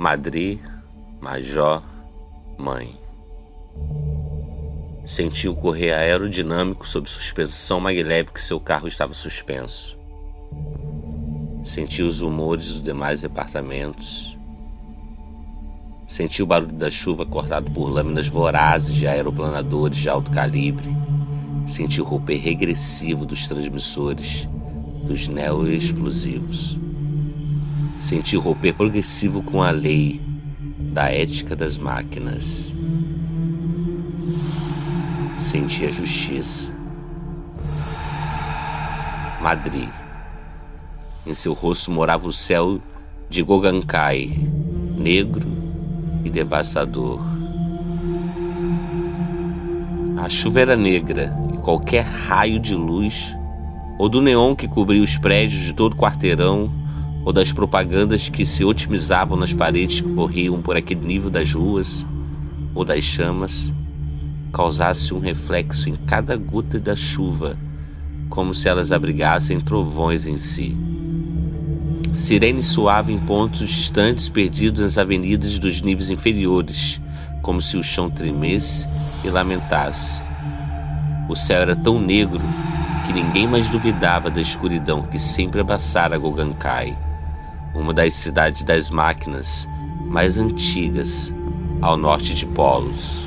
Madre, Major, Mãe. Sentiu o correr aerodinâmico sob suspensão magnética que seu carro estava suspenso. Sentiu os rumores dos demais departamentos. Sentiu o barulho da chuva cortado por lâminas vorazes de aeroplanadores de alto calibre. Sentiu o romper regressivo dos transmissores, dos neo-explosivos. Sentiu o romper progressivo com a lei da ética das máquinas. Sentia a justiça. Madrid. Em seu rosto morava o céu de Gogankai, negro e devastador. A chuva era negra e qualquer raio de luz, ou do neon que cobria os prédios de todo o quarteirão, ou das propagandas que se otimizavam nas paredes que corriam por aquele nível das ruas, ou das chamas, causasse um reflexo em cada gota da chuva, como se elas abrigassem trovões em si. Sirenes soavam em pontos distantes perdidos nas avenidas dos níveis inferiores, como se o chão tremesse e lamentasse. O céu era tão negro que ninguém mais duvidava da escuridão que sempre abraçara Gogankai, uma das cidades das máquinas mais antigas ao norte de Polos.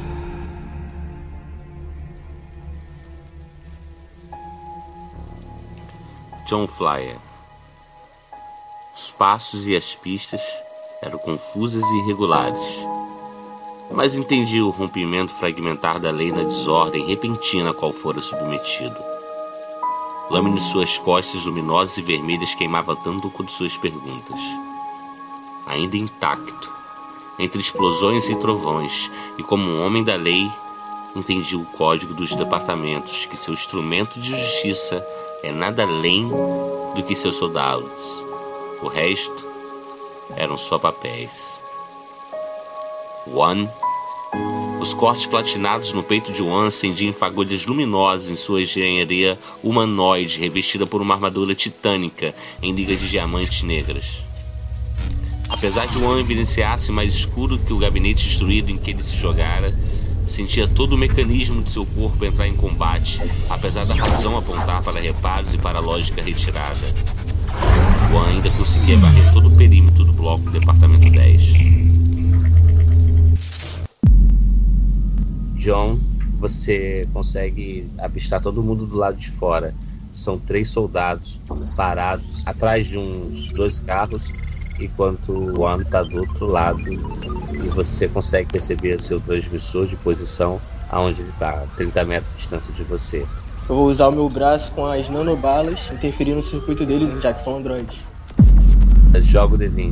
John Flyer. Os passos e as pistas eram confusas e irregulares, mas entendia o rompimento fragmentar da lei na desordem repentina a qual fora submetido. Lâmina de suas costas luminosas e vermelhas queimava tanto quanto suas perguntas. Ainda intacto, entre explosões e trovões, e como um homem da lei, entendia o código dos departamentos, que seu instrumento de justiça é nada além do que seus soldados. O resto eram só papéis. One. Os cortes platinados no peito de One acendiam em fagulhas luminosas em sua engenharia humanoide, revestida por uma armadura titânica em ligas de diamantes negras. Apesar de One evidenciar-se mais escuro que o gabinete destruído em que ele se jogara, sentia todo o mecanismo de seu corpo entrar em combate, apesar da razão apontar para reparos e para a lógica retirada. One ainda conseguia varrer todo o perímetro do bloco do departamento 10. John, você consegue avistar todo mundo do lado de fora. São 3 soldados parados atrás de uns 2 carros, enquanto o One está do outro lado, e você consegue perceber o seu transmissor de posição aonde ele está, 30 metros de distância de você. Eu vou usar o meu braço com as nanobalas, interferir no circuito deles, já que são androides. Joga o D20.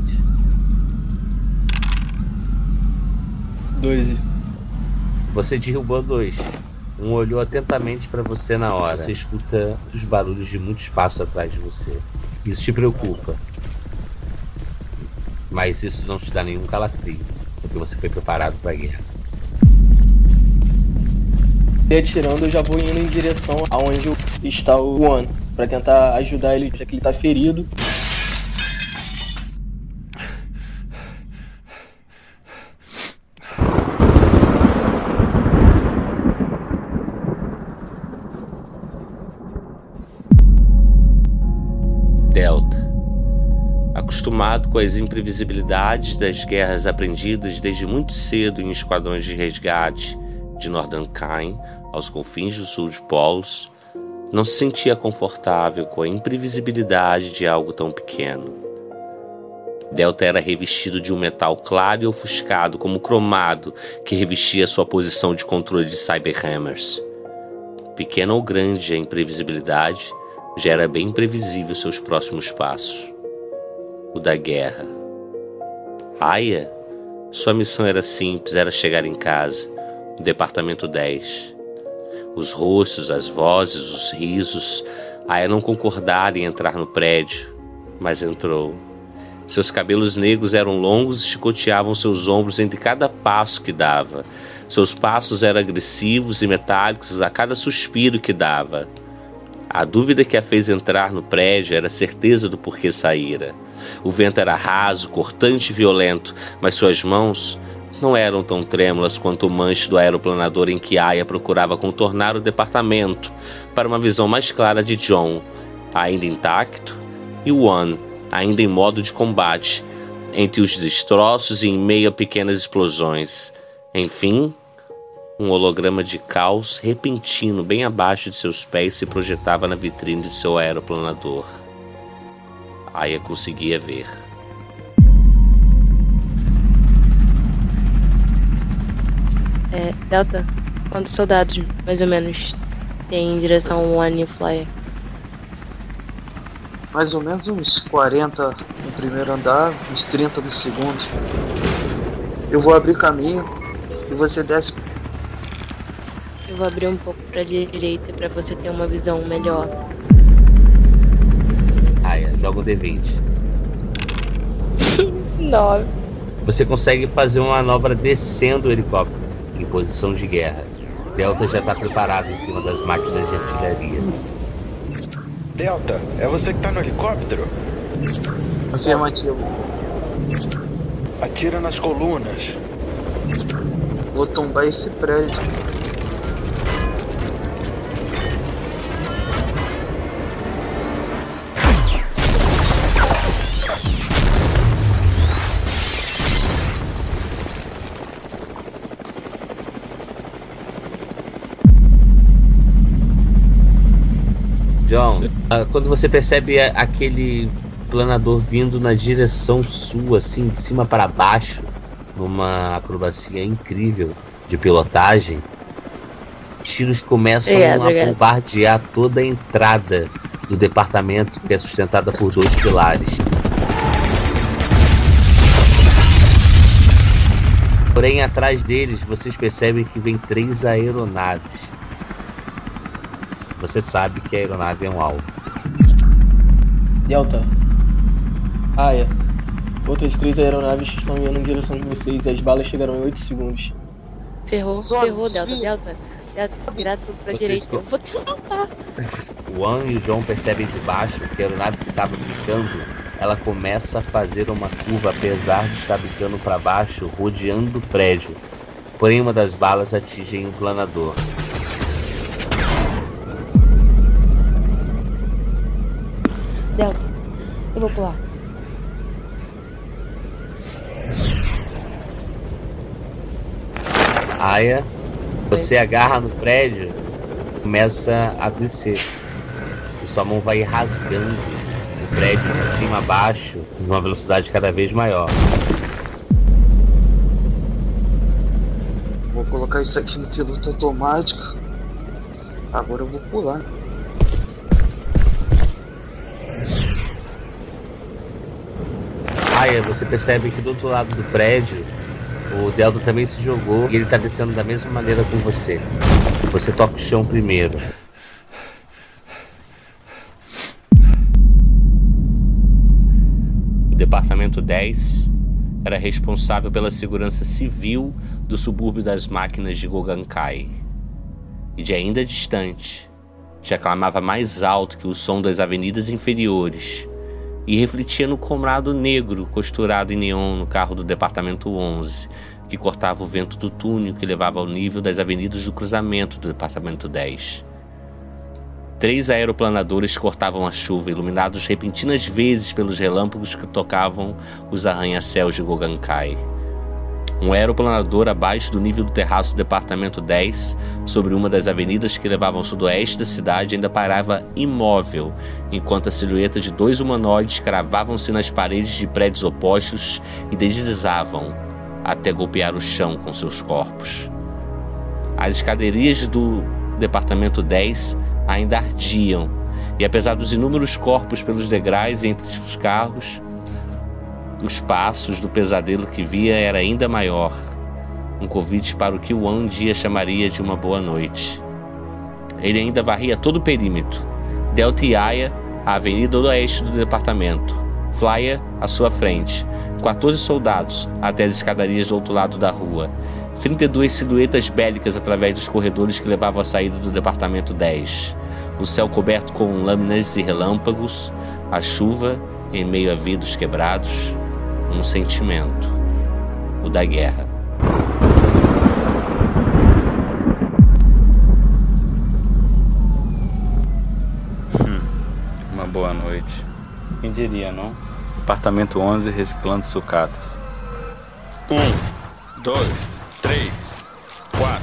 12. Você derrubou 2. Um olhou atentamente para você na hora. Você escuta os barulhos de muitos passos atrás de você. Isso te preocupa. Mas isso não te dá nenhum calafrio, porque você foi preparado para a guerra. E atirando, eu já vou indo em direção aonde está o One, para tentar ajudar ele, já que ele está ferido. Delta. Acostumado com as imprevisibilidades das guerras aprendidas desde muito cedo em esquadrões de resgate de Nordankai aos confins do sul de Polos, não se sentia confortável com a imprevisibilidade de algo tão pequeno. Delta era revestido de um metal claro e ofuscado como cromado que revestia sua posição de controle de Cyberhammers. Pequena ou grande a imprevisibilidade, já era bem imprevisível seus próximos passos. O da guerra. Aya? Sua missão era simples, era chegar em casa, no departamento 10. Os rostos, as vozes, os risos, Aya não concordara em entrar no prédio, mas entrou. Seus cabelos negros eram longos e chicoteavam seus ombros entre cada passo que dava. Seus passos eram agressivos e metálicos a cada suspiro que dava. A dúvida que a fez entrar no prédio era a certeza do porquê saíra. O vento era raso, cortante e violento, mas suas mãos não eram tão trêmulas quanto o manche do aeroplanador em que Aya procurava contornar o departamento para uma visão mais clara de John, ainda intacto, e One, ainda em modo de combate, entre os destroços e em meio a pequenas explosões. Enfim, um holograma de caos repentino bem abaixo de seus pés se projetava na vitrine de seu aeroplanador. Aya conseguia ver. Delta, quantos soldados, mais ou menos, tem em direção ao One e o Flyer? Mais ou menos uns 40 no primeiro andar, uns 30 no segundo. Eu vou abrir caminho e você desce. Eu vou abrir um pouco pra direita pra você ter uma visão melhor. Aya, joga o D20. 9. Você consegue fazer uma manobra descendo o helicóptero, em posição de guerra. Delta já está preparado em cima das máquinas de artilharia. Delta, é você que tá no helicóptero? Afirmativo. Atira nas colunas. Vou tombar esse prédio. John, quando você percebe aquele planador vindo na direção sua, assim, de cima para baixo, numa acrobacia incrível de pilotagem, tiros começam a bombardear toda a entrada do departamento, que é sustentada por 2 pilares. Porém, atrás deles, vocês percebem que vem 3 aeronaves. Você sabe que a aeronave é um alvo. Delta. Aya. Outras 3 aeronaves estão indo em direção de vocês e as balas chegarão em 8 segundos. Ferrou, Delta. Delta, virar tudo pra direita. Eu vou tentar. O An e o John percebem de baixo que a aeronave que estava bicando, ela começa a fazer uma curva, apesar de estar bicando para baixo, rodeando o prédio. Porém, uma das balas atinge o planador. Delta, eu vou pular. Aya, você agarra no prédio, começa a descer. E sua mão vai rasgando o prédio de cima a baixo, numa velocidade cada vez maior. Vou colocar isso aqui no piloto automático. Agora eu vou pular. Aya, você percebe que do outro lado do prédio, o Delta também se jogou e ele está descendo da mesma maneira com você. Você toca o chão primeiro. O Departamento 10 era responsável pela segurança civil do subúrbio das máquinas de Gogankai. E de ainda distante, já clamava mais alto que o som das avenidas inferiores e refletia no comrado negro costurado em neon no carro do Departamento 11, que cortava o vento do túnel que levava ao nível das avenidas do cruzamento do Departamento 10. 3 aeroplanadores cortavam a chuva, iluminados repentinas vezes pelos relâmpagos que tocavam os arranha-céus de Gogankai. Um aeroplanador abaixo do nível do terraço do Departamento 10, sobre uma das avenidas que levavam ao sudoeste da cidade, ainda parava imóvel, enquanto a silhueta de 2 humanoides cravavam-se nas paredes de prédios opostos e deslizavam até golpear o chão com seus corpos. As escadarias do Departamento 10 ainda ardiam, e apesar dos inúmeros corpos pelos degraus e entre os carros, os passos do pesadelo que via era ainda maior, um convite para o que o um dia chamaria de uma boa noite. Ele ainda varria todo o perímetro, Delta e Aya, a avenida do oeste do departamento, Flyer à sua frente, 14 soldados até as escadarias do outro lado da rua, 32 silhuetas bélicas através dos corredores que levavam à saída do Departamento 10. o céu coberto com lâminas e relâmpagos, a chuva em meio a vidros quebrados, um sentimento, o da guerra. Uma boa noite. Quem diria, não? Apartamento 11 reciclando sucatas. 1, 2, 3, 4.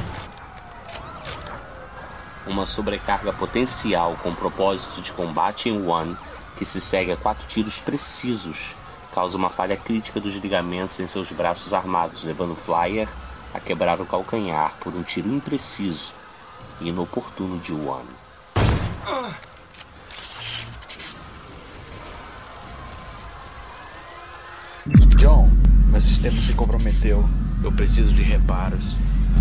Uma sobrecarga potencial com propósito de combate em One, que se segue a 4 tiros precisos, causa uma falha crítica dos ligamentos em seus braços armados, levando Flyer a quebrar o calcanhar por um tiro impreciso e inoportuno de One. John, meu sistema se comprometeu. Eu preciso de reparos.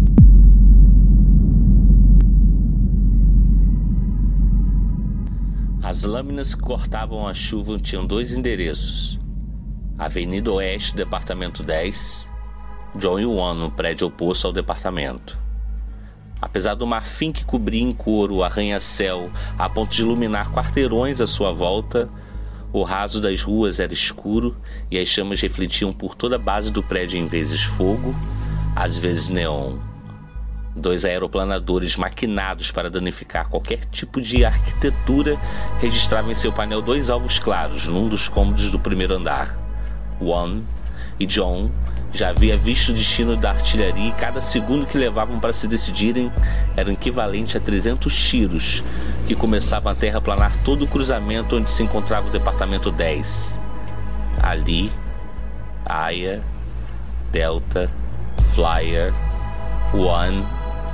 As lâminas que cortavam a chuva tinham 2 endereços: Avenida Oeste, Departamento 10, John e One no prédio oposto ao departamento. Apesar do marfim que cobria em couro o arranha-céu a ponto de iluminar quarteirões à sua volta, o raso das ruas era escuro e as chamas refletiam por toda a base do prédio, em vezes fogo, às vezes neon. 2 aeroplanadores maquinados para danificar qualquer tipo de arquitetura registravam em seu painel 2 alvos claros num dos cômodos do primeiro andar. One e John já havia visto o destino da artilharia e cada segundo que levavam para se decidirem era o equivalente a 300 tiros que começavam a terraplanar todo o cruzamento onde se encontrava o departamento 10. Ali, Aya, Delta, Flyer, One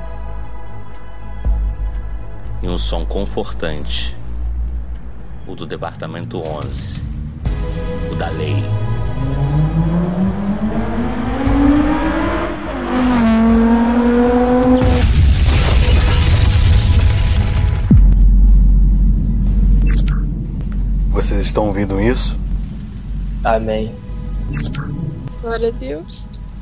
e um som confortante, o do departamento 11, o da lei. Vocês estão ouvindo isso? Amém. Glória a Deus.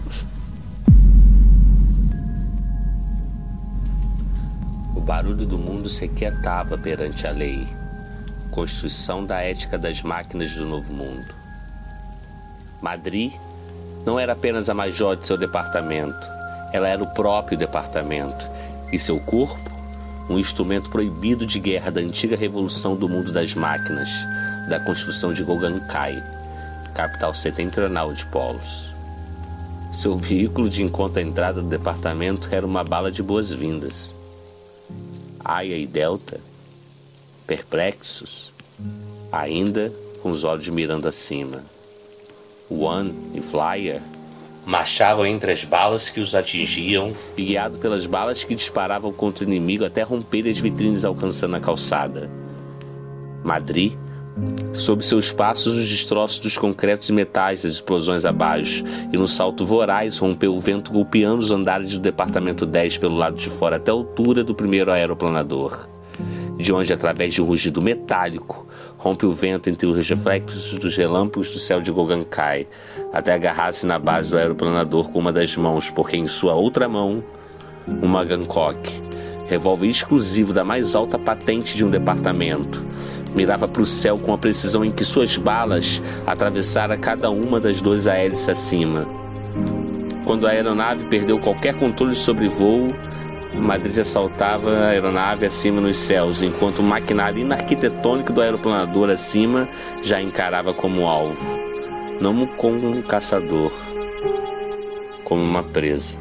O barulho do mundo se aquietava perante a lei, constituição da ética das máquinas do novo mundo. Madri não era apenas a major de seu departamento, ela era o próprio departamento, e seu corpo, um instrumento proibido de guerra da antiga revolução do mundo das máquinas, da construção de Golgankai, capital setentrional de Polos. Seu veículo de encontro à entrada do departamento era uma bala de boas-vindas. Aya e Delta, perplexos, ainda com os olhos mirando acima. One e Flyer marchavam entre as balas que os atingiam e guiados pelas balas que disparavam contra o inimigo até romper as vitrines, alcançando a calçada. Madri, sob seus passos, os destroços dos concretos e metais das explosões abaixo, e no salto voraz rompeu o vento, golpeando os andares do departamento 10 pelo lado de fora até a altura do primeiro aeroplanador, de onde, através de um rugido metálico, rompe o vento entre os reflexos dos relâmpagos do céu de Golgankai, até agarrar-se na base do aeroplanador com uma das mãos, porque em sua outra mão, uma Gancock, revólver exclusivo da mais alta patente de um departamento, mirava para o céu com a precisão em que suas balas atravessaram cada uma das 2 hélices acima. Quando a aeronave perdeu qualquer controle sobre voo, Madrid assaltava a aeronave acima nos céus, enquanto o maquinário inarquitetônico do aeroplanador acima já encarava como alvo, não como um caçador, como uma presa.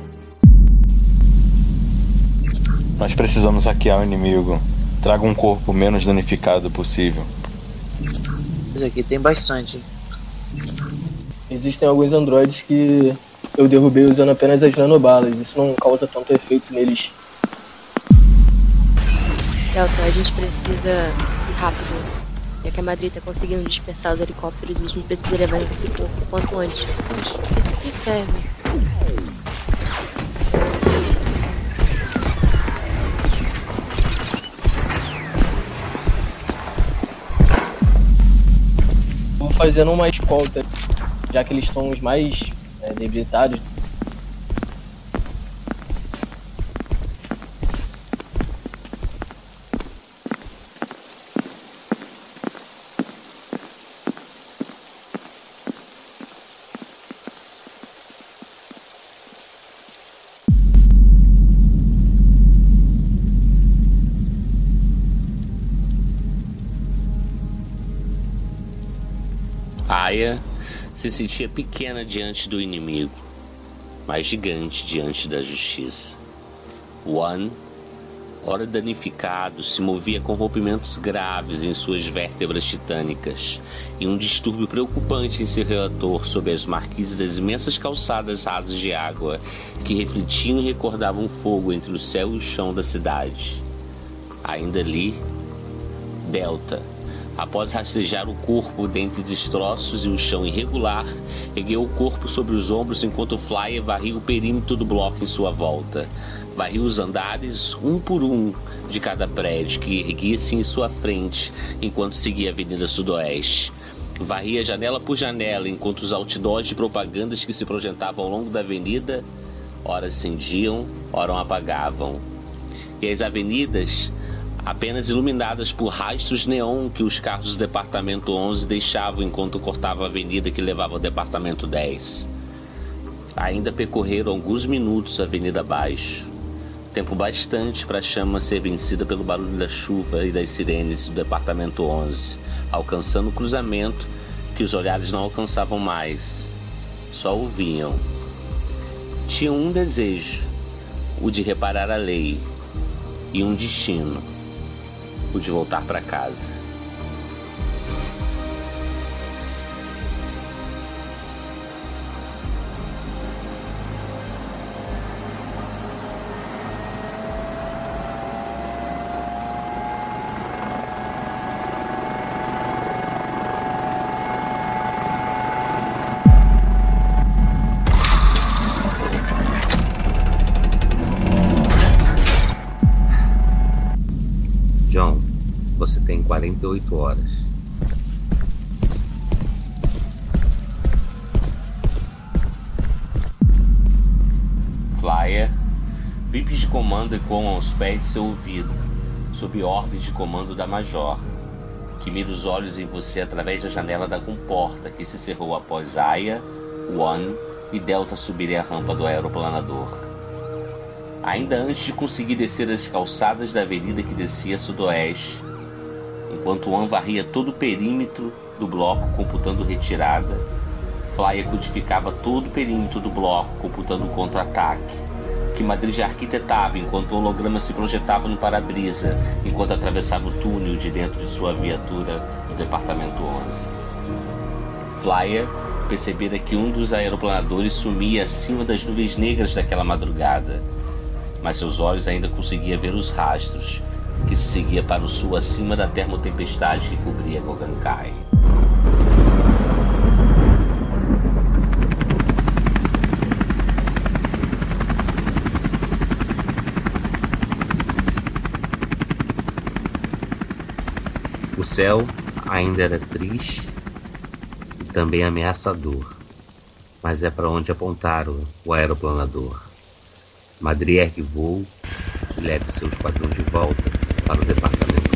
Nós precisamos hackear o inimigo. Traga um corpo menos danificado possível. Isso aqui tem bastante. Existem alguns androides que eu derrubei usando apenas as nanobalas. Isso não causa tanto efeito neles. Delta, a gente precisa ir rápido. Já que a Madrid tá conseguindo dispersar os helicópteros, a gente precisa levar esse corpo o quanto antes. Isso aqui serve. Vou fazendo uma escolta, já que eles estão os mais debilitados. Flyer se sentia pequena diante do inimigo, mas gigante diante da justiça. One, ora danificado, se movia com rompimentos graves em suas vértebras titânicas e um distúrbio preocupante em seu reator sob as marquises das imensas calçadas rasas de água que refletiam e recordavam fogo entre o céu e o chão da cidade. Ainda ali, Delta, após rastejar o corpo dentre destroços e o chão irregular, ergueu o corpo sobre os ombros enquanto Flyer varria o perímetro do bloco em sua volta. Varria os andares, um por um, de cada prédio que erguia-se em sua frente enquanto seguia a Avenida Sudoeste. Varria janela por janela enquanto os outdoors de propagandas que se projetavam ao longo da avenida ora acendiam, ora apagavam. E as avenidas apenas iluminadas por rastros neon que os carros do Departamento 11 deixavam enquanto cortavam a avenida que levava ao Departamento 10. Ainda percorreram alguns minutos a avenida abaixo. Tempo bastante para a chama ser vencida pelo barulho da chuva e das sirenes do Departamento 11, alcançando o cruzamento que os olhares não alcançavam mais, só ouviam. Tinham um desejo, o de reparar a lei, e um destino, o de voltar para casa. John, você tem 48 horas. Flyer, bips de comando ecoam aos pés de seu ouvido, sob ordem de comando da Major, que mira os olhos em você através da janela da comporta que se cerrou após Aya, One e Delta subirem a rampa do aeroplanador. Ainda antes de conseguir descer as calçadas da avenida que descia a sudoeste, enquanto One varria todo o perímetro do bloco computando retirada, Flyer codificava todo o perímetro do bloco computando contra-ataque, que Madrid já arquitetava enquanto o holograma se projetava no para-brisa, enquanto atravessava o túnel de dentro de sua viatura do Departamento 11. Flyer percebera que um dos aeroplanadores sumia acima das nuvens negras daquela madrugada, mas seus olhos ainda conseguiam ver os rastros, que se seguia para o sul acima da termotempestade que cobria Gogankai. O céu ainda era triste e também ameaçador, mas é para onde apontaram o aeroplanador. Madrid ergue voo e leve seu esquadrão de volta para o Departamento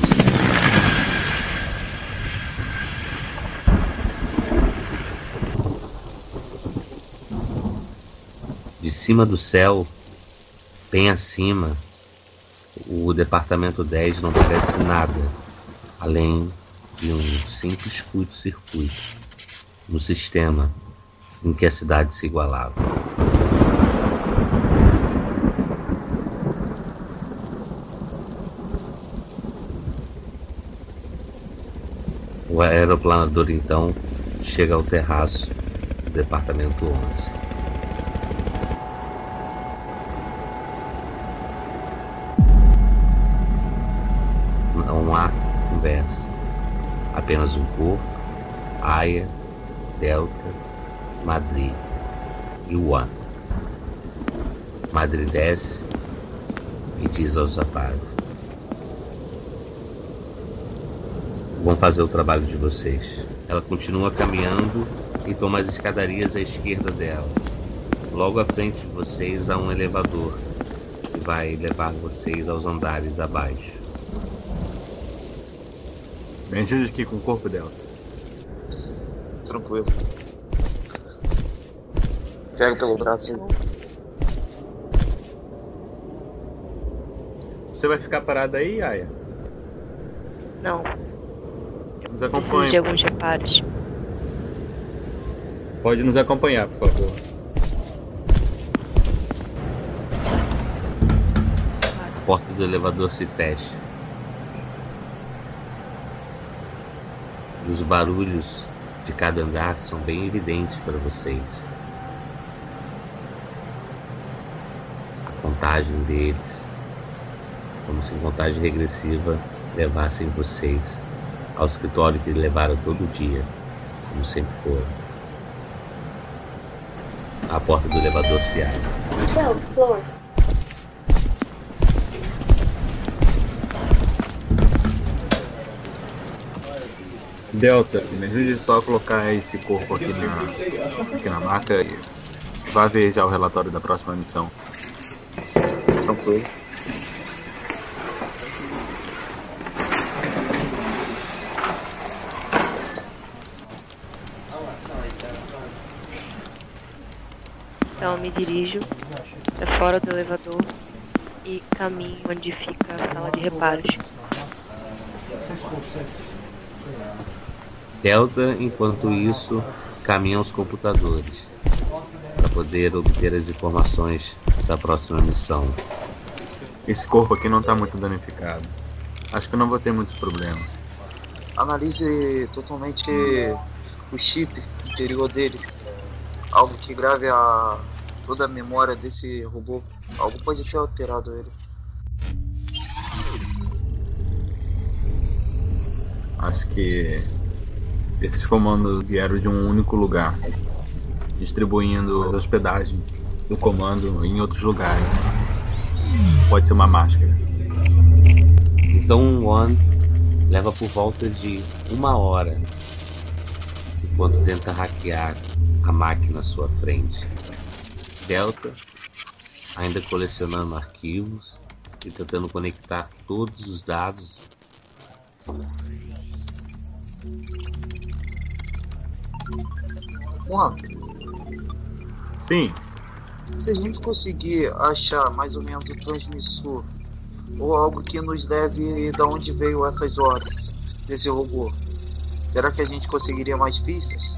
11. De cima do céu, bem acima, o Departamento 10 não parece nada além de um simples curto-circuito no sistema em que a cidade se igualava. O aeroplanador então chega ao terraço do Departamento 11. Não há conversa, apenas um corpo, Aya, Delta, Madrid e One. Madrid desce e diz aos rapazes: vão fazer o trabalho de vocês. Ela continua caminhando e toma as escadarias à esquerda dela. Logo à frente de vocês há um elevador que vai levar vocês aos andares abaixo. Me ajude aqui com o corpo dela. Tranquilo. Pega pelo braço. Você vai ficar parada aí, Aya? Não, Nos preciso acompanhe. de alguns reparos. Pode nos acompanhar, por favor. A porta do elevador se fecha. E os barulhos de cada andar são bem evidentes para vocês. A contagem deles, como se em contagem regressiva levassem vocês ao escritório que levaram todo dia, como sempre foram. A porta do elevador se abre. Não, Flor. Delta, me ajude só a colocar esse corpo aqui na maca e vá ver já o relatório da próxima missão. Tranquilo. Então eu me dirijo para fora do elevador e caminho onde fica a sala de reparos. Delta, enquanto isso, caminha aos computadores para poder obter as informações da próxima missão. Esse corpo aqui não está muito danificado. Acho que eu não vou ter muitos problemas. Analise totalmente o chip interior dele. Algo que grave toda a memória desse robô. Algo pode ter alterado ele. Acho que esses comandos vieram de um único lugar, distribuindo as hospedagens do comando em outros lugares. Pode ser uma máscara. Então o One leva por volta de 1 hora enquanto tenta hackear a máquina à sua frente. Delta, ainda colecionando arquivos e tentando conectar todos os dados. Juan, Sim, se a gente conseguir achar mais ou menos o transmissor ou algo que nos leve de onde veio essas ordens desse robô, será que a gente conseguiria mais pistas?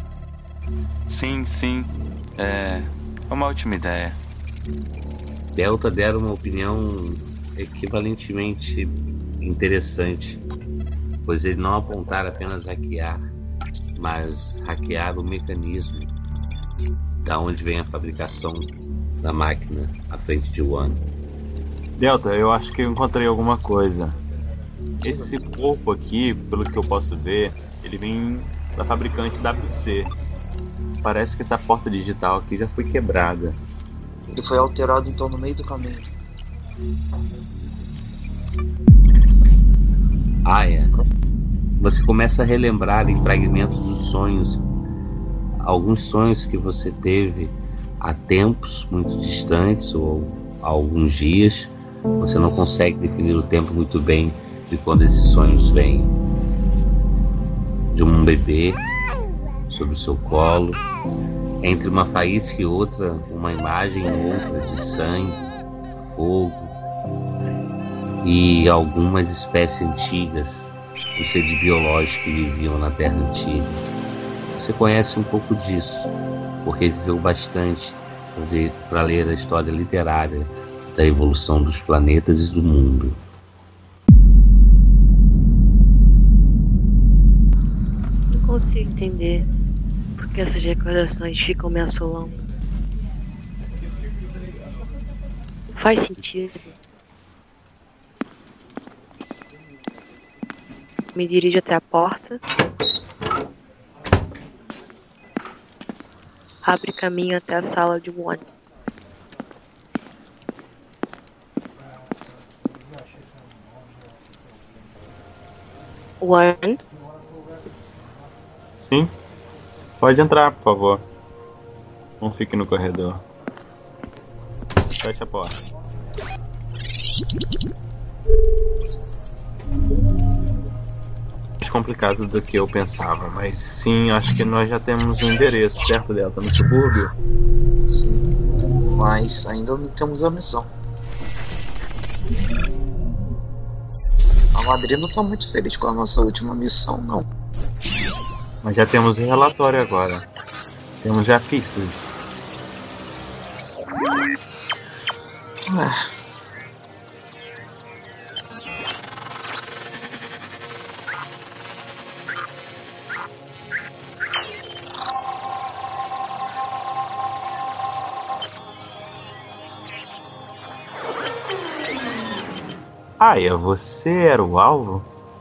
Sim. É uma ótima ideia. Delta deram uma opinião equivalentemente interessante, pois eles não apontaram apenas hackear, mas hackear o mecanismo da onde vem a fabricação da máquina à frente de One. Delta, eu acho que eu encontrei alguma coisa. Esse corpo aqui, pelo que eu posso ver, ele vem da fabricante WC. Parece que essa porta digital aqui já foi quebrada. Ele foi alterado então no meio do caminho. Aya, você começa a relembrar em fragmentos os sonhos, alguns sonhos que você teve há tempos muito distantes ou há alguns dias. Você não consegue definir o tempo muito bem de quando esses sonhos vêm. De um bebê sobre o seu colo, entre uma faísca e outra, uma imagem ou outra de sangue, fogo e algumas espécies antigas de seres biológicos que viviam na Terra Antiga. Você conhece um pouco disso, porque viveu bastante para ler a história literária da evolução dos planetas e do mundo. Não consigo entender por que essas recordações ficam me assolando. Faz sentido. Me dirijo até a porta. Abre caminho até a sala de One. One? Sim? Pode entrar, por favor. Não fique no corredor. Feche a porta. Mais complicado do que eu pensava, mas sim, acho que nós já temos um endereço, certo, Delta? No subúrbio? Sim, mas ainda não temos a missão. A Madrid não tá muito feliz com a nossa última missão, não. Mas já temos o relatório agora. Temos já pistas. Aya, você era o alvo?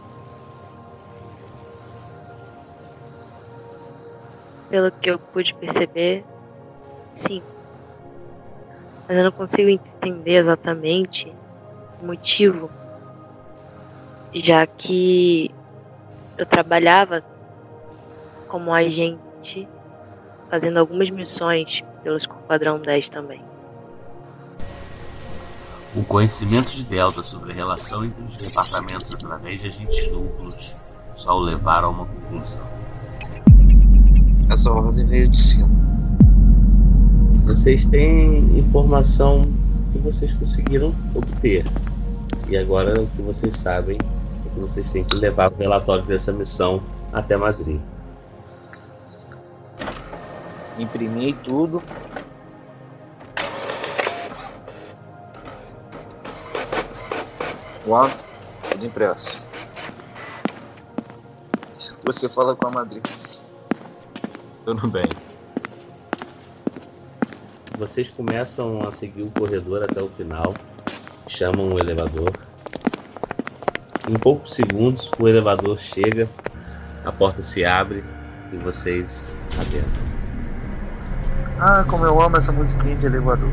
Pelo que eu pude perceber, sim. Mas eu não consigo entender exatamente o motivo, já que eu trabalhava como agente, fazendo algumas missões pelo Esquadrão 10 também. O conhecimento de Delta sobre a relação entre os departamentos através de agentes duplos só o levaram a uma conclusão. Essa ordem veio de cima. Vocês têm informação que vocês conseguiram obter. E agora o que vocês sabem é que vocês têm que levar o relatório dessa missão até Madrid. Imprimi tudo. Juan, tudo impresso. Você fala com a Madrid. Tudo bem. Vocês começam a seguir o corredor até o final, chamam o elevador. Em poucos segundos, o elevador chega, a porta se abre e vocês adentram. Ah, como eu amo essa musiquinha de elevador.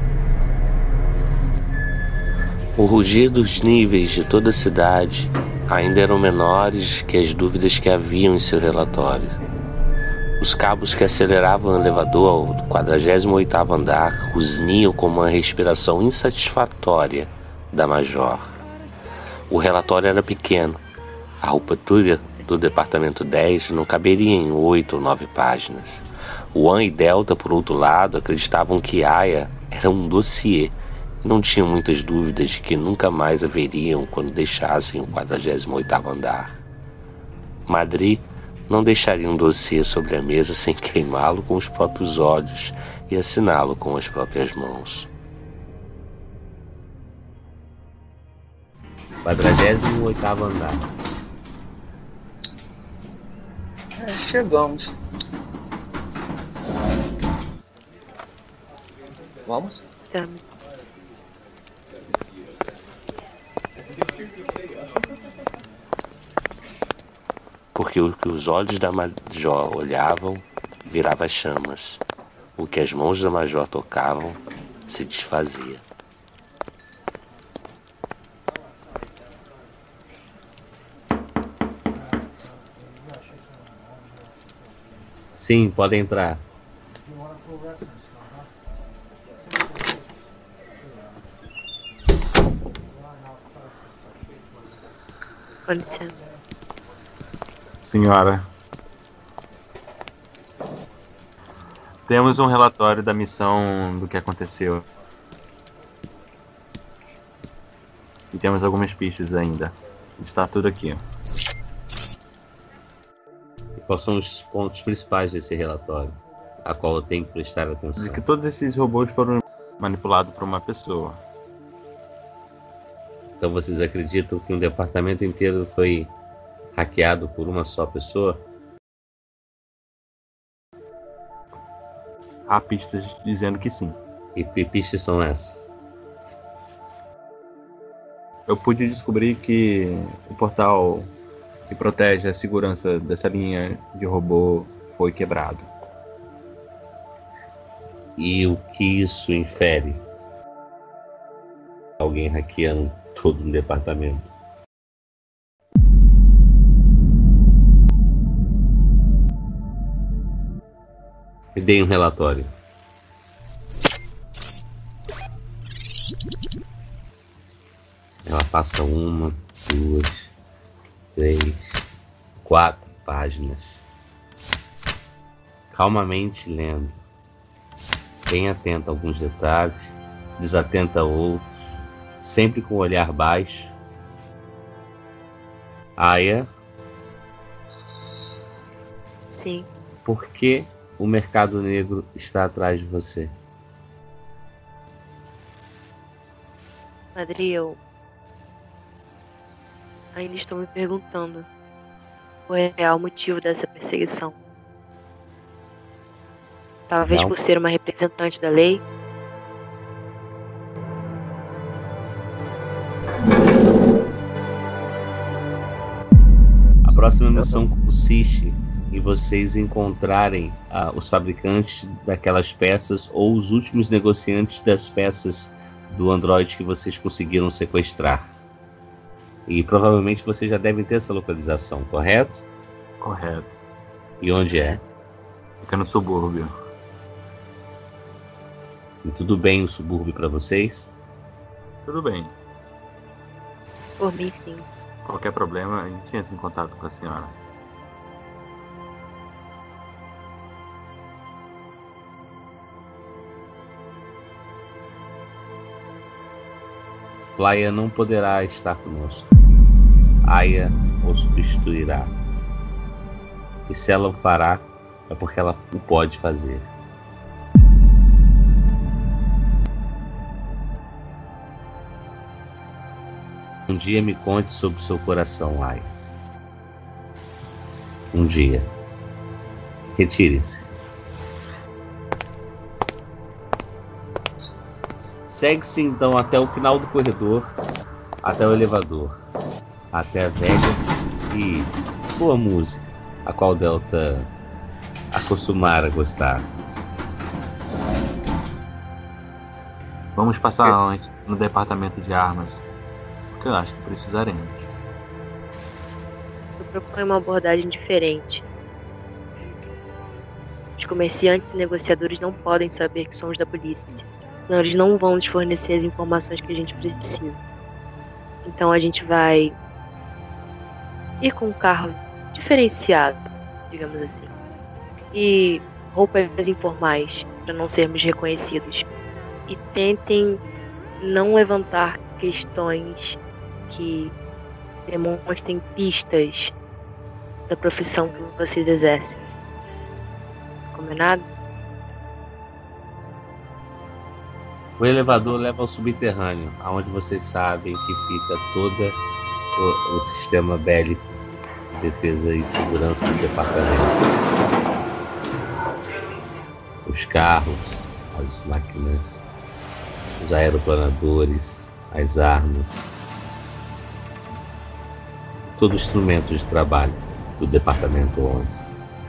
O rugir dos níveis de toda a cidade ainda eram menores que as dúvidas que haviam em seu relatório. Os cabos que aceleravam o elevador ao 48º andar rosniam como uma respiração insatisfatória da Major. O relatório era pequeno. A ruptura do Departamento 10 não caberia em 8 ou 9 páginas. Juan e Delta, por outro lado, acreditavam que Aya era um dossiê. Não tinham muitas dúvidas de que nunca mais a veriam quando deixassem o 48º andar. Madrid não deixaria um dossiê sobre a mesa sem queimá-lo com os próprios olhos e assiná-lo com as próprias mãos. 48º andar. Chegamos. Vamos? Tá. Porque o que os olhos da Major olhavam virava chamas. O que as mãos da Major tocavam se desfazia. Sim, podem entrar. Com licença. Senhora, temos um relatório da missão do que aconteceu. E temos algumas pistas ainda. Está tudo aqui. E quais são os pontos principais desse relatório, a qual eu tenho que prestar atenção? Diz que todos esses robôs foram manipulados por uma pessoa. Então vocês acreditam que um departamento inteiro foi hackeado por uma só pessoa? Há pistas dizendo que sim. E que pistas são essas? Eu pude descobrir que o portal que protege a segurança dessa linha de robô foi quebrado. E o que isso infere? Alguém hackeando todo um departamento. Me deem um relatório. Ela passa 1, 2, 3, 4 páginas. Calmamente lendo. Bem atenta a alguns detalhes, desatenta a outros, sempre com o olhar baixo. Aya, Sim. por que o mercado negro está atrás de você? Padre, eu ainda estou me perguntando o real motivo dessa perseguição. Talvez Não. por ser uma representante da lei. A próxima missão consiste em vocês encontrarem os fabricantes daquelas peças ou os últimos negociantes das peças do androide que vocês conseguiram sequestrar. E provavelmente vocês já devem ter essa localização, correto? Correto. E onde é? Fica no subúrbio. E tudo bem o subúrbio para vocês? Tudo bem. Por mim, sim. Qualquer problema, a gente entra em contato com a senhora. Flya não poderá estar conosco. Aya o substituirá. E se ela o fará, é porque ela o pode fazer. Um dia me conte sobre seu coração, Aya. Um dia. Retirem-se. Segue-se então até o final do corredor, até o elevador, até a velha e boa música, a qual Delta acostumara gostar. Vamos passar antes no departamento de armas, porque eu acho que precisaremos. Eu proponho uma abordagem diferente. Os comerciantes e negociadores não podem saber que somos da polícia. Senão eles não vão nos fornecer as informações que a gente precisa. Então a gente vai ir com um carro diferenciado, digamos assim. E roupas informais, para não sermos reconhecidos. E tentem não levantar questões que demonstrem pistas da profissão que vocês exercem. Combinado? O elevador leva ao subterrâneo, aonde vocês sabem que fica todo o sistema bélico de defesa e segurança do departamento. Os carros, as máquinas, os aeroplanadores, as armas, todo instrumento de trabalho do departamento 11.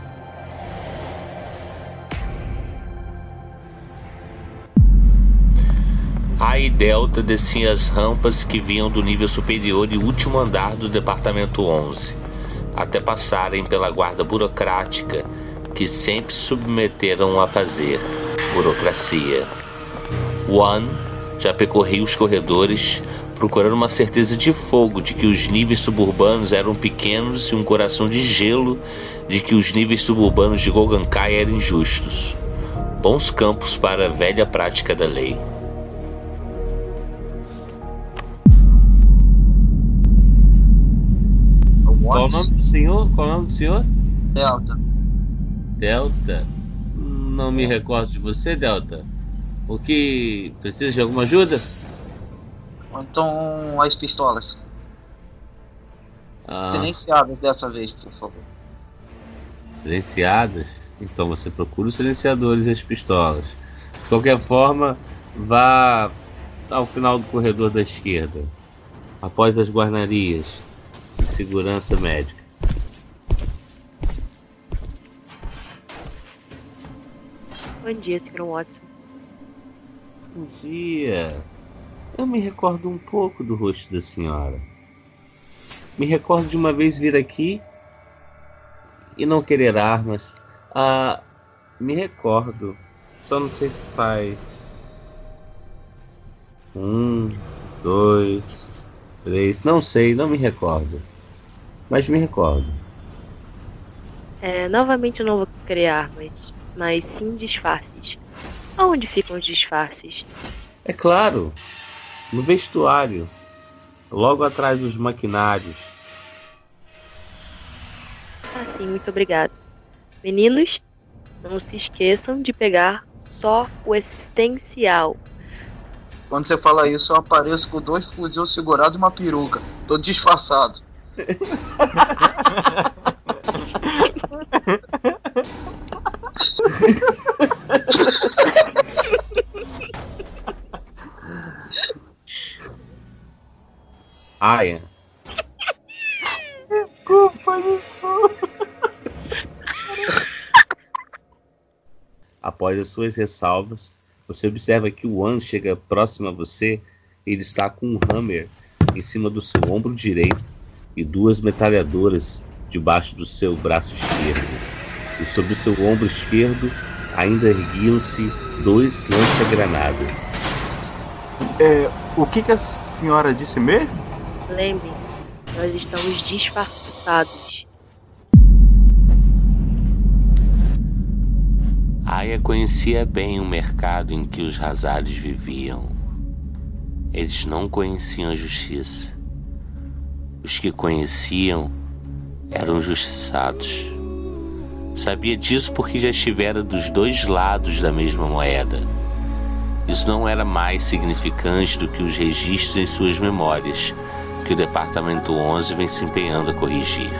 Aya e Delta desciam as rampas que vinham do nível superior e último andar do Departamento 11, até passarem pela guarda burocrática que sempre submeteram a fazer burocracia. One já percorria os corredores procurando uma certeza de fogo de que os níveis suburbanos eram pequenos e um coração de gelo de que os níveis suburbanos de Golgankai eram injustos. Bons campos para a velha prática da lei. Qual o nome do senhor? Qual o nome do senhor? Delta. Delta? Não me recordo de você, Delta. O que... Precisa de alguma ajuda? Então, as pistolas. Silenciadas dessa vez, por favor. Silenciadas? Então você procura os silenciadores e as pistolas. De qualquer forma, vá ao final do corredor da esquerda, após as guarnarias de segurança médica. Bom dia, Sr. Watson. Bom dia. Eu me recordo um pouco do rosto da senhora. Me recordo de uma vez vir aqui e não querer armas. Me recordo. Só não sei se faz 1, 2, 3. Não sei, não me recordo. Mas me recordo. Novamente eu não vou querer armas, mas sim disfarces. Aonde ficam os disfarces? É claro, no vestuário, logo atrás dos maquinários. Sim, muito obrigado. Meninos, Não se esqueçam de pegar só o essencial. Quando você fala isso, eu apareço com 2 fuzil segurados e uma peruca. Tô disfarçado. Aya. Desculpa. Após as suas ressalvas, você observa que o One chega próximo a você. Ele está com um hammer em cima do seu ombro direito e 2 metralhadoras debaixo do seu braço esquerdo. E sobre o seu ombro esquerdo ainda erguiam-se 2 lança-granadas. O que a senhora disse mesmo? Lembrem, nós estamos disfarçados. Aya conhecia bem o mercado em que os Hazares viviam. Eles não conheciam a justiça. Os que conheciam eram justiçados. Sabia disso porque já estivera dos 2 lados da mesma moeda. Isso não era mais significante do que os registros em suas memórias, que o Departamento 11 vem se empenhando a corrigir.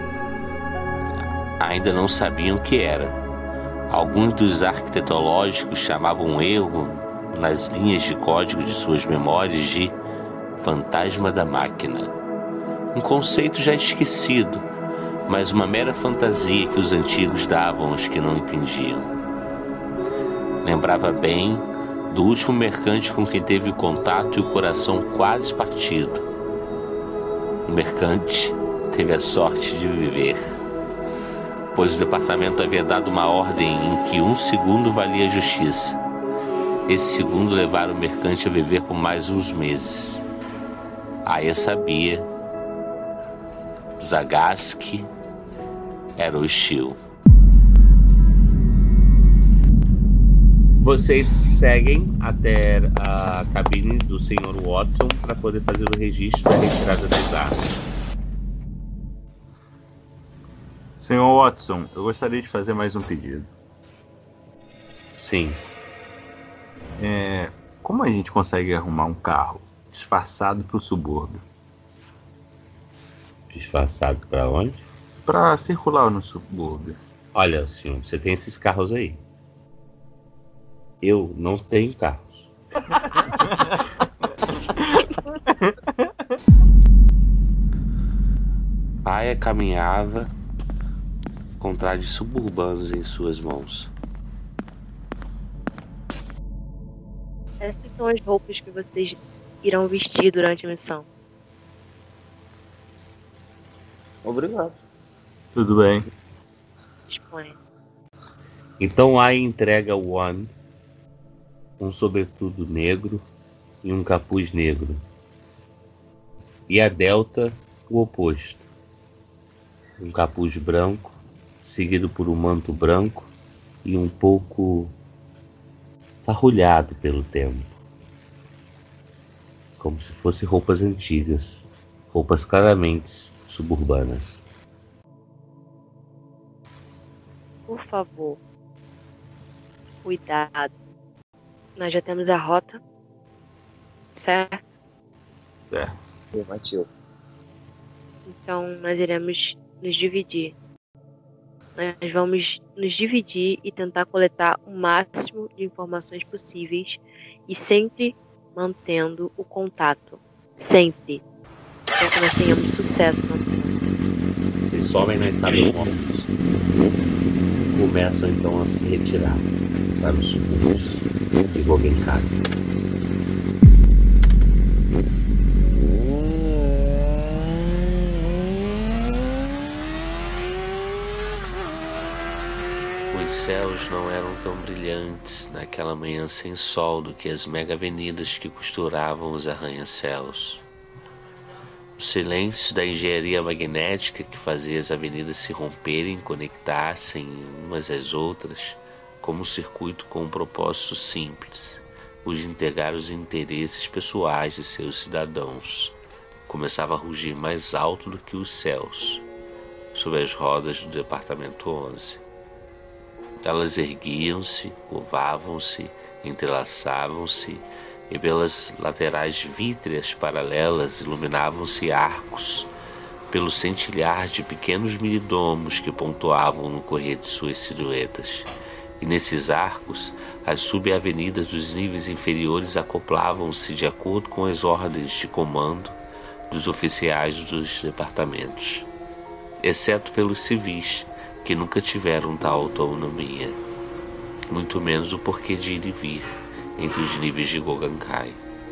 Ainda não sabiam o que era. Alguns dos arquitetológicos chamavam um erro nas linhas de código de suas memórias de fantasma da máquina. Um conceito já esquecido, mas uma mera fantasia que os antigos davam aos que não entendiam. Lembrava bem do último mercante com quem teve contato e o coração quase partido. O mercante teve a sorte de viver, pois o departamento havia dado uma ordem em que 1 segundo valia a justiça. Esse segundo levara o mercante a viver por mais uns meses. Aya sabia. Zagaski era hostil. Vocês seguem até a cabine do Sr. Watson para poder fazer o registro da retirada das armas. Sr. Watson, eu gostaria de fazer mais um pedido. Sim. Como a gente consegue arrumar um carro disfarçado para o subúrbio? Disfarçado para onde? Para circular no subúrbio. Olha, senhor, você tem esses carros aí. Eu não tenho carros. Aya caminhava com trajes suburbanos em suas mãos. Essas são as roupas que vocês irão vestir durante a missão. Obrigado. Tudo bem. Disponha. Então Aya entrega ao One um sobretudo negro e um capuz negro. E a Delta o oposto. Um capuz branco, seguido por um manto branco e um pouco farrulhado pelo tempo. Como se fossem roupas antigas, roupas claramente suburbanas. Por favor, cuidado. Nós já temos a rota, certo? Certo. Afirmativo. Então nós iremos nos dividir. Nós vamos nos dividir e tentar coletar o máximo de informações possíveis e sempre mantendo o contato. Sempre. Para que nós tenhamos sucesso na missão. Vocês sobem nas salas mortas. Começam então a se retirar para os subúrbios de Guggenheim. Os céus não eram tão brilhantes naquela manhã sem sol do que as mega avenidas que costuravam os arranha-céus. O silêncio da engenharia magnética que fazia as avenidas se romperem e conectassem umas às outras, como um circuito com um propósito simples, o de integrar os interesses pessoais de seus cidadãos, começava a rugir mais alto do que os céus, sob as rodas do Departamento 11. Elas erguiam-se, curvavam-se, entrelaçavam-se, e pelas laterais vítreas paralelas iluminavam-se arcos, pelo centilhar de pequenos miridomos que pontuavam no correr de suas silhuetas. E nesses arcos, as subavenidas dos níveis inferiores acoplavam-se de acordo com as ordens de comando dos oficiais dos departamentos, exceto pelos civis, que nunca tiveram tal autonomia, muito menos o porquê de ir e vir entre os níveis de Gogankai.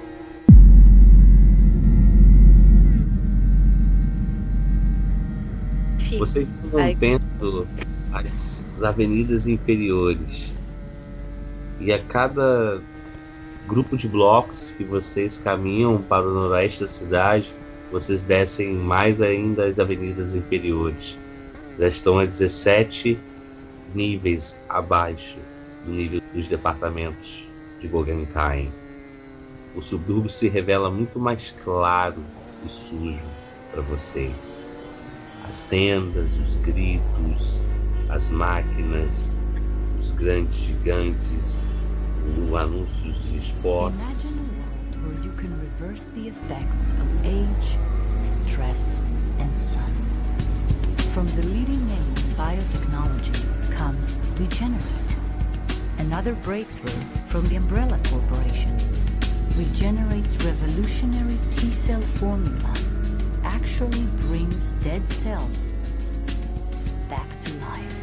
Vocês estão vendo as avenidas inferiores, e a cada grupo de blocos que vocês caminham para o noroeste da cidade, vocês descem mais ainda as avenidas inferiores. Já estão a 17 níveis abaixo do nível dos departamentos de Gogankai. O subúrbio se revela muito mais claro e sujo para vocês. As tendas, os gritos, as máquinas, os grandes gigantes, os anúncios de esportes. Where you can reverse the effects of age, stress, and sun. From the leading name in biotechnology comes Regenerate, another breakthrough from the Umbrella Corporation. Regenerate's revolutionary T-cell formula actually brings dead cells back to life.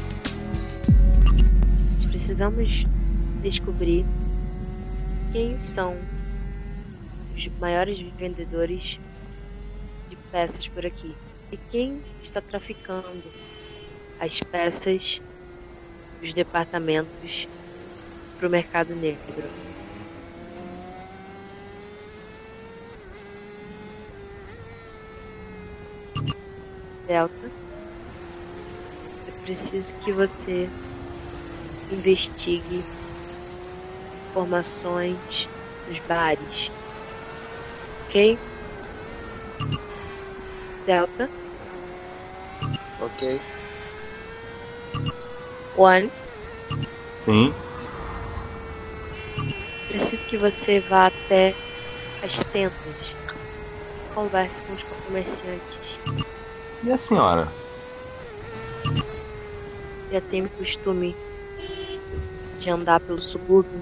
Precisamos descobrir quem são os maiores vendedores de peças por aqui e quem está traficando as peças dos departamentos para o mercado negro. Delta, eu preciso que você investigue informações nos bares. Ok? Delta. Ok. One. Sim. Preciso que você vá até as tendas. Converse com os comerciantes. E a senhora? Já tenho o costume de andar pelo subúrbio.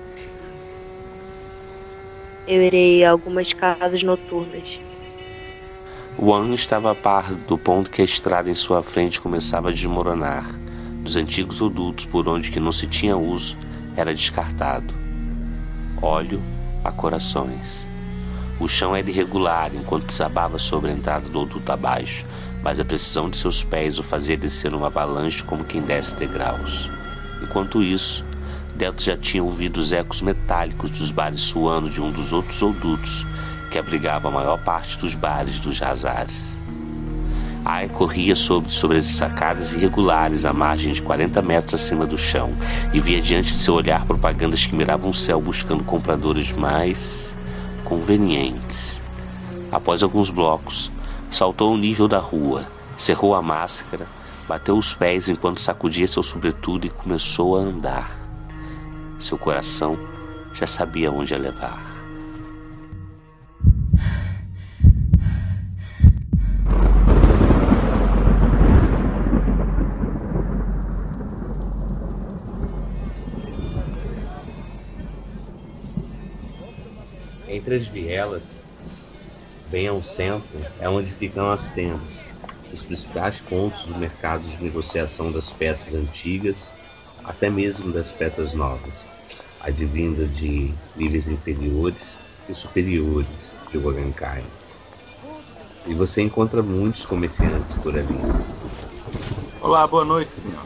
Eu irei a algumas casas noturnas. Wan estava a par do ponto que a estrada em sua frente começava a desmoronar. Dos antigos odutos por onde que não se tinha uso, era descartado. Óleo a corações. O chão era irregular enquanto desabava sobre a entrada do oduto abaixo, mas a precisão de seus pés o fazia descer numa avalanche como quem desce degraus. Enquanto isso, Delta já tinha ouvido os ecos metálicos dos bares suando de um dos outros odutos que abrigava a maior parte dos bares dos Jazares. A Aya corria sobre as sacadas irregulares à margem de 40 metros acima do chão e via diante de seu olhar propagandas que miravam o céu buscando compradores mais convenientes. Após alguns blocos, saltou o nível da rua, cerrou a máscara, bateu os pés enquanto sacudia seu sobretudo e começou a andar. Seu coração já sabia onde a levar. Entre as vielas, bem ao centro, é onde ficam as tendas, os principais pontos do mercado de negociação das peças antigas, até mesmo das peças novas, advinda de níveis inferiores e superiores de Gogankai. E você encontra muitos comerciantes por ali. Olá, boa noite, senhor.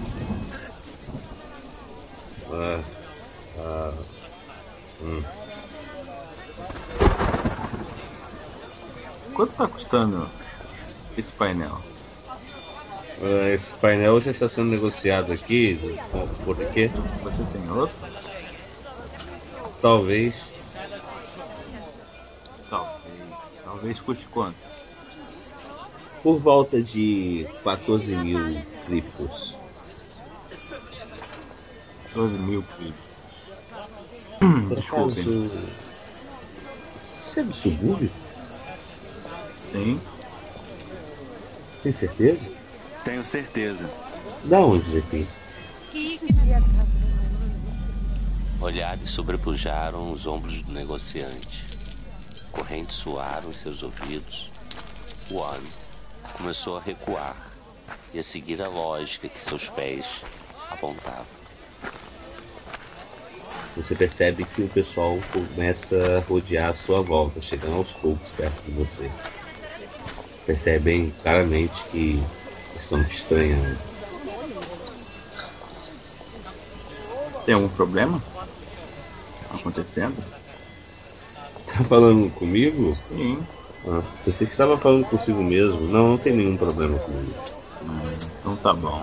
Quanto está custando esse painel? Esse painel já está sendo negociado aqui. Por quê? Você tem outro? Talvez. Talvez custe quanto? Por volta de 14.000 criptos. 12.000 quilos. Por acaso, você é do subúrbio? Sim. Tem certeza? Tenho certeza. Da onde, GP? Olhares sobrepujaram os ombros do negociante. Correntes soaram em seus ouvidos. Juan começou a recuar e a seguir a lógica que seus pés apontavam. Você percebe que o pessoal começa a rodear a sua volta, chegando aos poucos perto de você. Percebem claramente que estão te estranhando. Tem algum problema acontecendo? Tá falando comigo? Sim. Pensei que estava falando consigo mesmo. Não tem nenhum problema comigo. Então tá bom.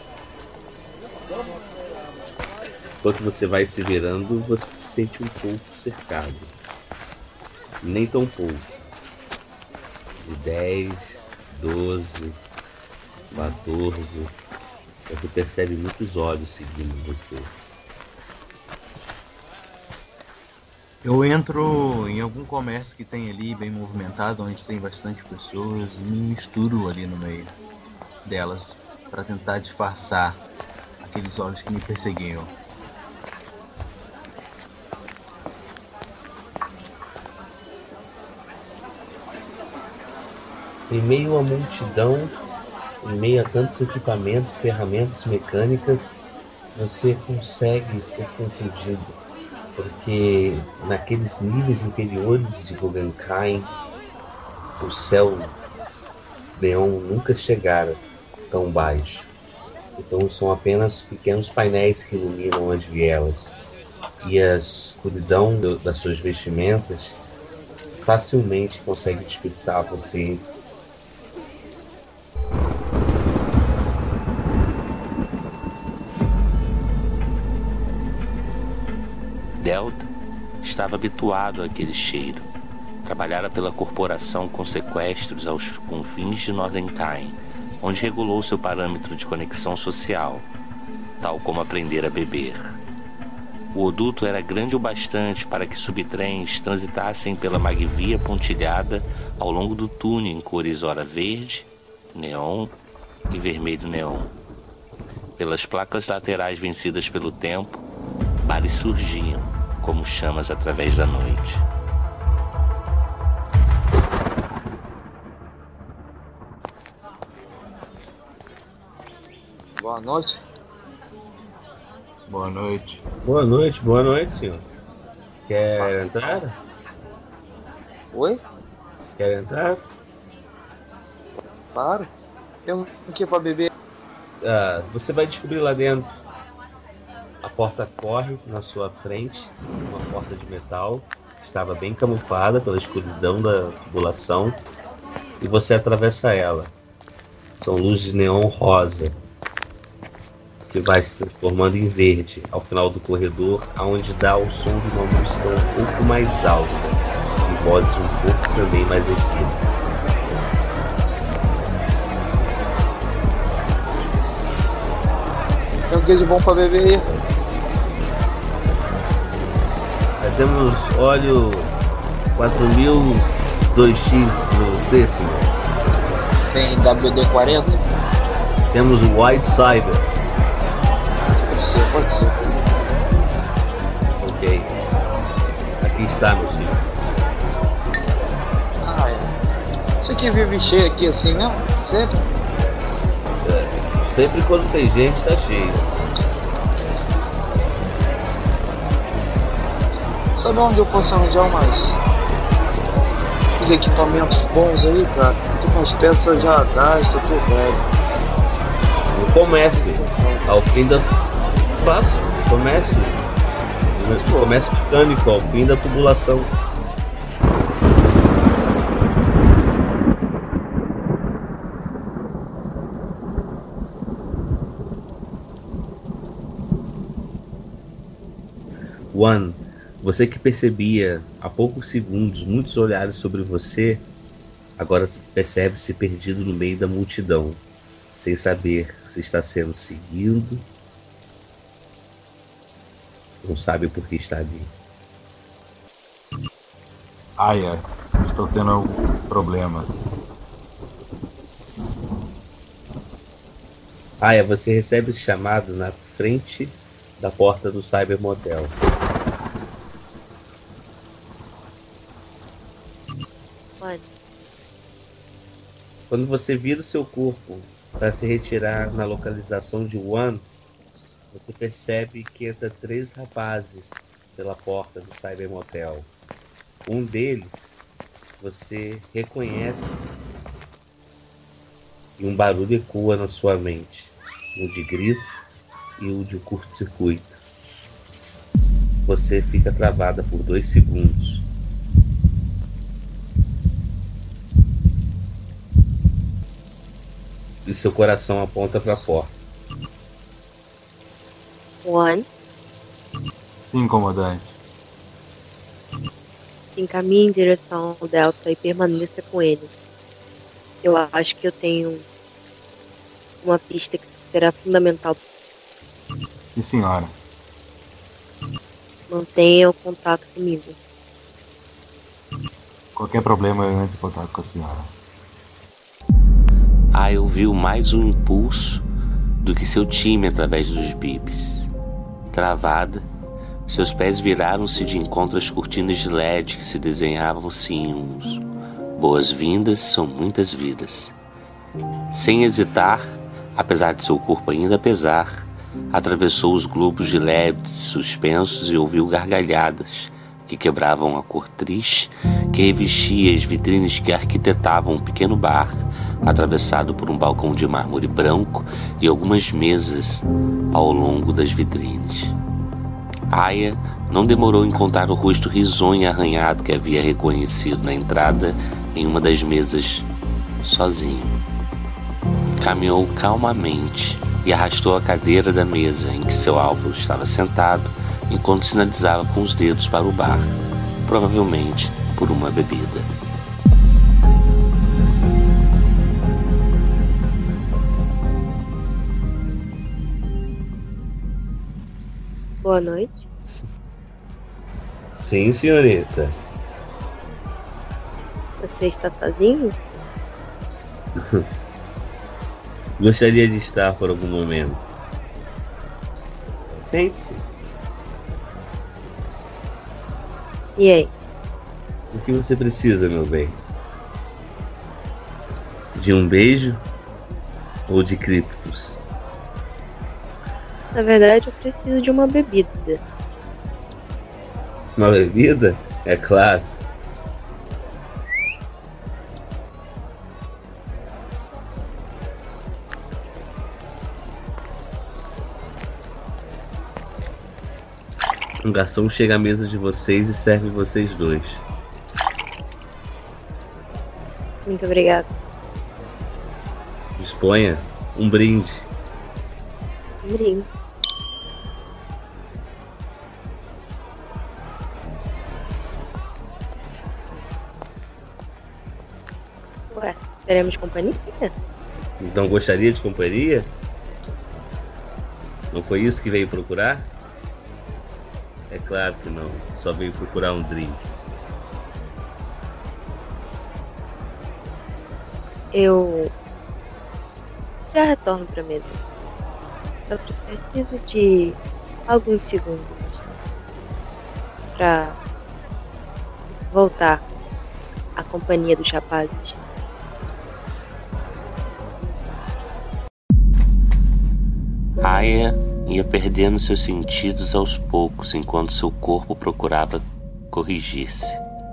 Enquanto você vai se virando, você se sente um pouco cercado. Nem tão pouco. De 10, 12, 14. Você percebe muitos olhos seguindo você. Eu entro em algum comércio que tem ali, bem movimentado, onde tem bastante pessoas, e me misturo ali no meio delas, para tentar disfarçar aqueles olhos que me perseguiam. Em meio à multidão, em meio a tantos equipamentos, ferramentas mecânicas, você consegue ser confundido, porque naqueles níveis inferiores de Guggenheim, o céu neon nunca chegara tão baixo. Então são apenas pequenos painéis que iluminam as vielas, e a escuridão das suas vestimentas facilmente consegue despistar você. Delta estava habituado àquele cheiro. Trabalhara pela corporação com sequestros aos confins de Nordenkain, onde regulou seu parâmetro de conexão social, tal como aprender a beber. O oduto era grande o bastante para que subtrens transitassem pela magvia pontilhada ao longo do túnel em cores ora verde, neon e vermelho neon. Pelas placas laterais vencidas pelo tempo, bares surgiam como chamas através da noite. Boa noite. Boa noite. Boa noite, senhor. Quer entrar? Oi? Quer entrar? Claro. Tem um que pra beber? Você vai descobrir lá dentro. A porta corre na sua frente, uma porta de metal, estava bem camuflada pela escuridão da tubulação, e você atravessa ela. São luzes de neon rosa, que vai se transformando em verde ao final do corredor, aonde dá o som de uma música um pouco mais alta, e vozes um pouco também mais erguidas. Tem um que de bom pra beber aí? Temos óleo 4000 2X para você, senhor. Tem WD-40? Temos o White Cyber. Pode ser. Ok. Aqui está, meu senhor. Isso aqui vive cheio aqui assim mesmo? Sempre? Sempre quando tem gente, tá cheio. Sabe onde eu posso arranjar mais? Os equipamentos bons aí, cara. Tô com as peças já gastas, tô velho. No comércio. Ao fim da... Fácil. Comércio. Comércio mecânico, ao fim da tubulação. One, você que percebia há poucos segundos muitos olhares sobre você, agora percebe-se perdido no meio da multidão, sem saber se está sendo seguido Não sabe por que está ali. Aya, estou tendo alguns problemas. Aya, você recebe esse chamado na frente da porta do Cyber Motel. One. Quando você vira o seu corpo para se retirar na localização de One, você percebe que entra 3 rapazes pela porta do Cyber Motel. Um deles você reconhece e um barulho ecoa na sua mente, o de grito e o de curto-circuito. Você fica travada por 2 segundos. E seu coração aponta para a porta. One. Sim, comandante. Se encaminhe em direção ao Delta e permaneça com ele. Eu acho que eu tenho uma pista que será fundamental. Sim, senhora. Mantenha o contato comigo. Qualquer problema eu entro em contato com a senhora. Aya ouviu mais um impulso do que seu time através dos bips. Travada, seus pés viraram-se de encontro às cortinas de LED que se desenhavam símbolos. Boas-vindas são muitas vidas. Sem hesitar, apesar de seu corpo ainda pesar, atravessou os globos de LED suspensos e ouviu gargalhadas que quebravam a cor triste que revestia as vitrines que arquitetavam um pequeno bar, atravessado por um balcão de mármore branco e algumas mesas ao longo das vitrines. Aya não demorou em encontrar o rosto risonho e arranhado que havia reconhecido na entrada em uma das mesas sozinho. Caminhou calmamente e arrastou a cadeira da mesa em que seu alvo estava sentado enquanto sinalizava com os dedos para o bar, provavelmente por uma bebida. Boa noite. Sim, senhorita. Você está sozinho? Gostaria de estar por algum momento. Sente-se. E aí? O que você precisa, meu bem? De um beijo ou de criptos? Na verdade, eu preciso de uma bebida. Uma bebida? É claro. Um garçom chega à mesa de vocês e serve vocês dois. Muito obrigada. Disponha um brinde. Um brinde. Ué, teremos companhia? Então gostaria de companhia? Não foi isso que veio procurar? É claro que não, só veio procurar um drink. Eu já retorno pra mesa. Eu preciso de alguns segundos pra voltar à companhia dos rapazes. Aya ia perdendo seus sentidos aos poucos enquanto seu corpo procurava corrigir-se.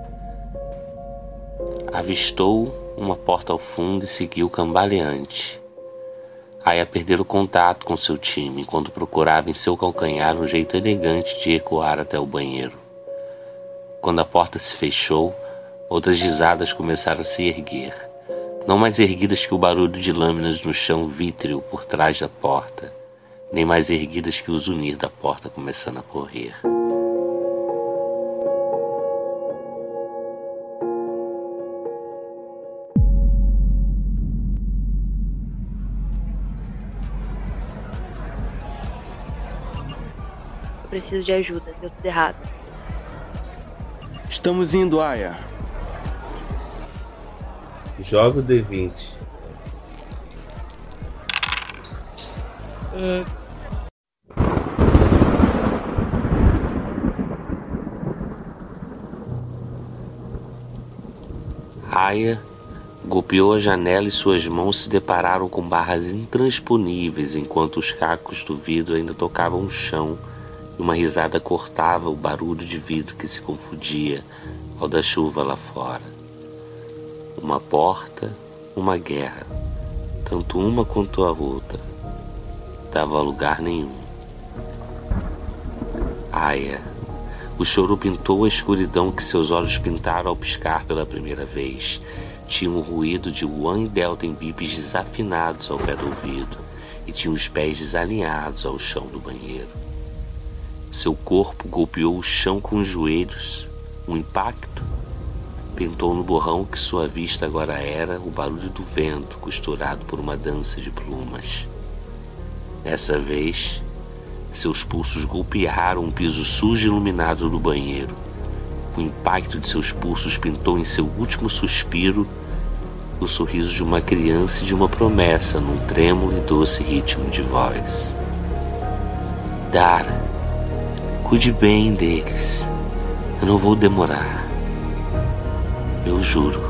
Avistou uma porta ao fundo e seguiu cambaleante. Aya perdera o contato com seu time enquanto procurava em seu calcanhar um jeito elegante de recuar até o banheiro. Quando a porta se fechou, outras risadas começaram a se erguer, não mais erguidas que o barulho de lâminas no chão vítreo por trás da porta, nem mais erguidas que o zunir da porta começando a correr. Eu preciso de ajuda, deu tudo errado. Estamos indo, Aya. Joga o D20. Aya golpeou a janela e suas mãos se depararam com barras intransponíveis enquanto os cacos do vidro ainda tocavam o chão e uma risada cortava o barulho de vidro que se confundia ao da chuva lá fora. Uma porta, uma guerra, tanto uma quanto a outra, dava lugar nenhum. Aya, o choro pintou a escuridão que seus olhos pintaram ao piscar pela primeira vez. Tinha um ruído de One e Delta em bips desafinados ao pé do ouvido e tinha os pés desalinhados ao chão do banheiro. Seu corpo golpeou o chão com os joelhos. Um impacto pintou no borrão que sua vista agora era o barulho do vento costurado por uma dança de plumas. Dessa vez, seus pulsos golpearam um piso sujo e iluminado do banheiro. O impacto de seus pulsos pintou em seu último suspiro o sorriso de uma criança e de uma promessa num trêmulo e doce ritmo de voz. Dara, cuide bem deles. Eu não vou demorar. Eu juro.